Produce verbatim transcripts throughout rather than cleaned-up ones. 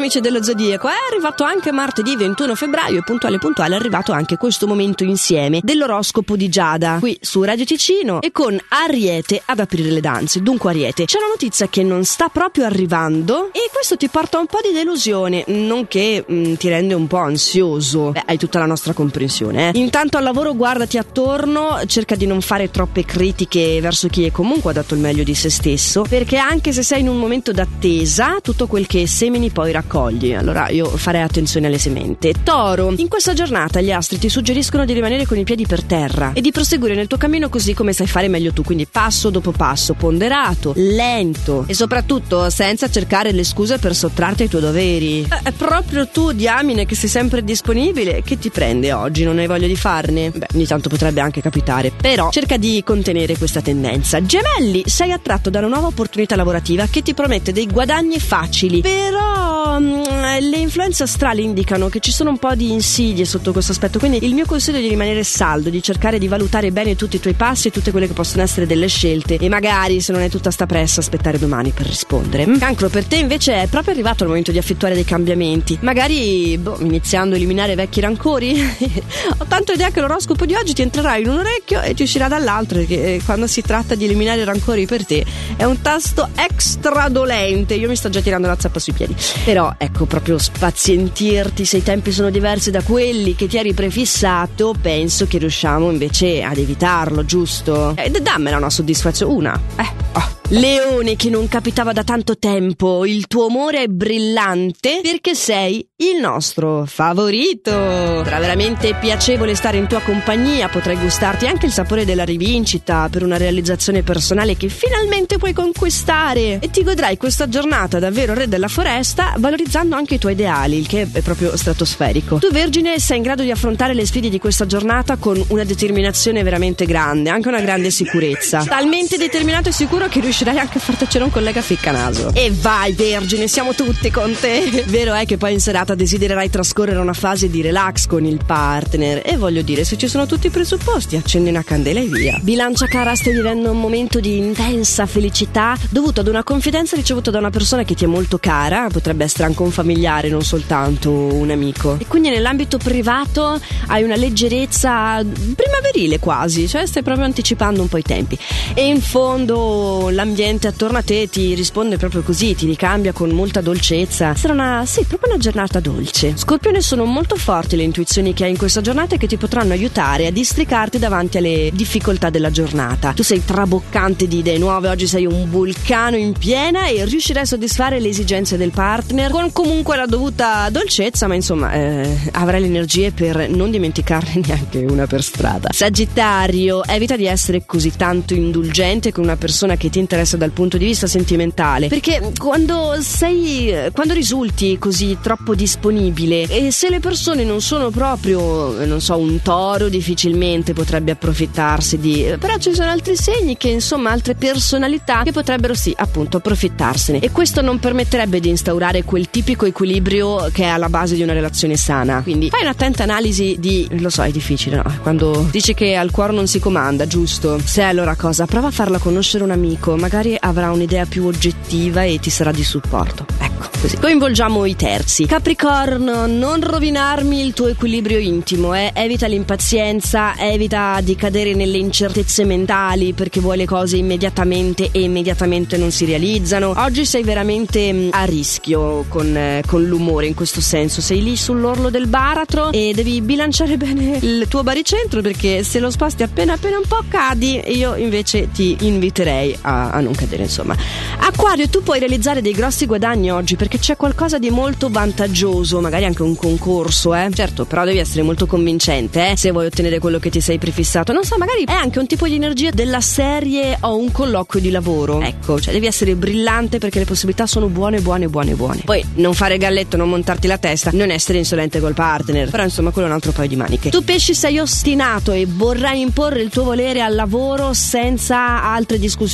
amici dello Zodiaco, è arrivato anche martedì ventuno febbraio e puntuale puntuale è arrivato anche questo momento insieme dell'oroscopo di Giada qui su Radio Ticino e con Ariete ad aprire le danze. Dunque Ariete, c'è una notizia che non sta proprio arrivando e questo ti porta un po' di delusione, nonché mh, ti rende un po' ansioso. Beh, hai tutta la nostra comprensione, eh. Intanto al lavoro guardati attorno, cerca di non fare troppe critiche verso chi è comunque ha dato il meglio di se stesso, perché anche se sei in un momento d'attesa, tutto quel che semini poi raccogli. Allora io farei attenzione alle sementi. Toro, in questa giornata gli astri ti suggeriscono di rimanere con i piedi per terra e di proseguire nel tuo cammino così come sai fare meglio tu, quindi passo dopo passo, ponderato, lento e soprattutto senza cercare le scuse per sottrarti ai tuoi doveri. È proprio tu, diamine, che sei sempre disponibile, che ti prende oggi? Non hai voglia di farne? Beh, ogni tanto potrebbe anche capitare, però cerca di contenere questa tendenza. Gemelli, sei attratto da una nuova opportunità lavorativa che ti promette dei guadagni facili, però mh, le influenze astrali indicano che ci sono un po' di insidie sotto questo aspetto, quindi il mio consiglio è di rimanere saldo, di cercare di valutare bene tutti i tuoi passi e tutte quelle che possono essere delle scelte e magari, se non hai tutta sta pressa, aspettare domani per rispondere. Cancro, per te invece è proprio arrivato il momento di effettuare dei cambiamenti, magari boh, iniziando a eliminare vecchi rancori. Ho tanto idea che l'oroscopo di oggi ti entrerà in un orecchio e ti uscirà dall'altro, perché quando si tratta di eliminare rancori per te è un tasto extra dolente. Io mi sto già tirando la zappa sui piedi, però ecco, proprio spazientirti se i tempi sono diversi da quelli che ti eri prefissato, penso che riusciamo invece ad evitarlo, giusto? Eh, dammela una soddisfazione, una eh oh. Leone, che non capitava da tanto tempo, il tuo umore è brillante perché sei il nostro favorito. Sarà veramente piacevole stare in tua compagnia, potrai gustarti anche il sapore della rivincita per una realizzazione personale che finalmente puoi conquistare e ti godrai questa giornata davvero re della foresta, valorizzando anche i tuoi ideali, il che è proprio stratosferico. Tu Vergine sei in grado di affrontare le sfide di questa giornata con una determinazione veramente grande, anche una grande sicurezza, talmente determinato e sicuro che riuscirai anche a far tacere un collega ficcanaso. E vai Vergine, siamo tutti con te. Vero è che poi in serata desidererai trascorrere una fase di relax con il partner e voglio dire, se ci sono tutti i presupposti, accendi una candela e via. Bilancia cara, stai vivendo un momento di intensa felicità dovuto ad una confidenza ricevuta da una persona che ti è molto cara, potrebbe essere anche un familiare, non soltanto un amico, e quindi nell'ambito privato hai una leggerezza primaverile quasi, cioè stai proprio anticipando un po' i tempi e in fondo l'ambiente attorno a te ti risponde proprio così, ti ricambia con molta dolcezza. Sarà una, sì, proprio una giornata dolce. Scorpione, sono molto forti le intuizioni che hai in questa giornata e che ti potranno aiutare a districarti davanti alle difficoltà della giornata. Tu sei traboccante di idee nuove, oggi sei un vulcano in piena e riuscirai a soddisfare le esigenze del partner con comunque la dovuta dolcezza, ma insomma eh, avrai le energie per non dimenticarne neanche una per strada. Sagittario, evita di essere così tanto indulgente con una persona che ti interessa dal punto di vista sentimentale, perché quando sei quando risulti così troppo disponibile e se le persone non sono proprio, non so, un toro, difficilmente potrebbe approfittarsi di, però ci sono altri segni che insomma, altre personalità che potrebbero sì appunto approfittarsene e questo non permetterebbe di instaurare quel tipico equilibrio che è alla base di una relazione sana. Quindi fai un'attenta analisi di, lo so, è difficile, no? Quando dici che al cuore non si comanda, giusto? Se allora cosa, prova a farla conoscere un amico, magari avrà un'idea più oggettiva e ti sarà di supporto. Ecco, così coinvolgiamo i terzi. Capricorno, non rovinarmi il tuo equilibrio intimo, eh? Evita l'impazienza, evita di cadere nelle incertezze mentali perché vuoi le cose immediatamente e immediatamente non si realizzano. Oggi sei veramente mh, a rischio con, eh, con l'umore, in questo senso sei lì sull'orlo del baratro e devi bilanciare bene il tuo baricentro, perché se lo sposti appena appena un po' cadi. Io invece ti inviterei a, a non cadere, insomma. Acquario, tu puoi realizzare dei grossi guadagni oggi perché c'è qualcosa di molto vantaggioso, magari anche un concorso, eh certo, però devi essere molto convincente, eh se vuoi ottenere quello che ti sei prefissato. Non so, magari è anche un tipo di energia della serie ho un colloquio di lavoro, ecco, cioè devi essere brillante perché le possibilità sono buone buone buone buone. Poi non fare galletto, non montarti la testa, non essere insolente col partner, però insomma quello è un altro paio di maniche. Tu pesci sei ostinato e vorrai imporre il tuo volere al lavoro senza altre discussioni, cioè proprio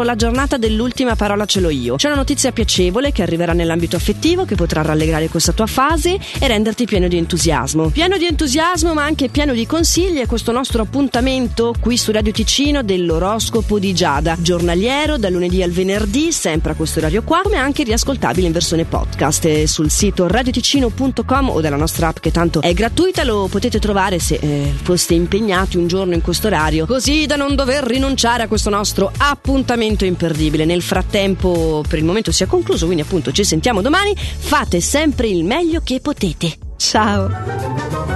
la giornata dell'ultima parola ce l'ho io. C'è una notizia piacevole che arriverà nell'ambito affettivo, che potrà rallegrare questa tua fase e renderti pieno di entusiasmo. Pieno di entusiasmo, ma anche pieno di consigli, è questo nostro appuntamento qui su Radio Ticino dell'oroscopo di Giada, giornaliero dal lunedì al venerdì, sempre a questo orario qua, come anche riascoltabile in versione podcast e sul sito radioticino punto com o dalla nostra app, che tanto è gratuita. Lo potete trovare se eh, foste impegnati un giorno in questo orario, così da non dover rinunciare a questo nostro appuntamento imperdibile. Nel frattempo, per il momento si è concluso, quindi appunto ci sentiamo domani. Fate sempre il meglio che potete. Ciao.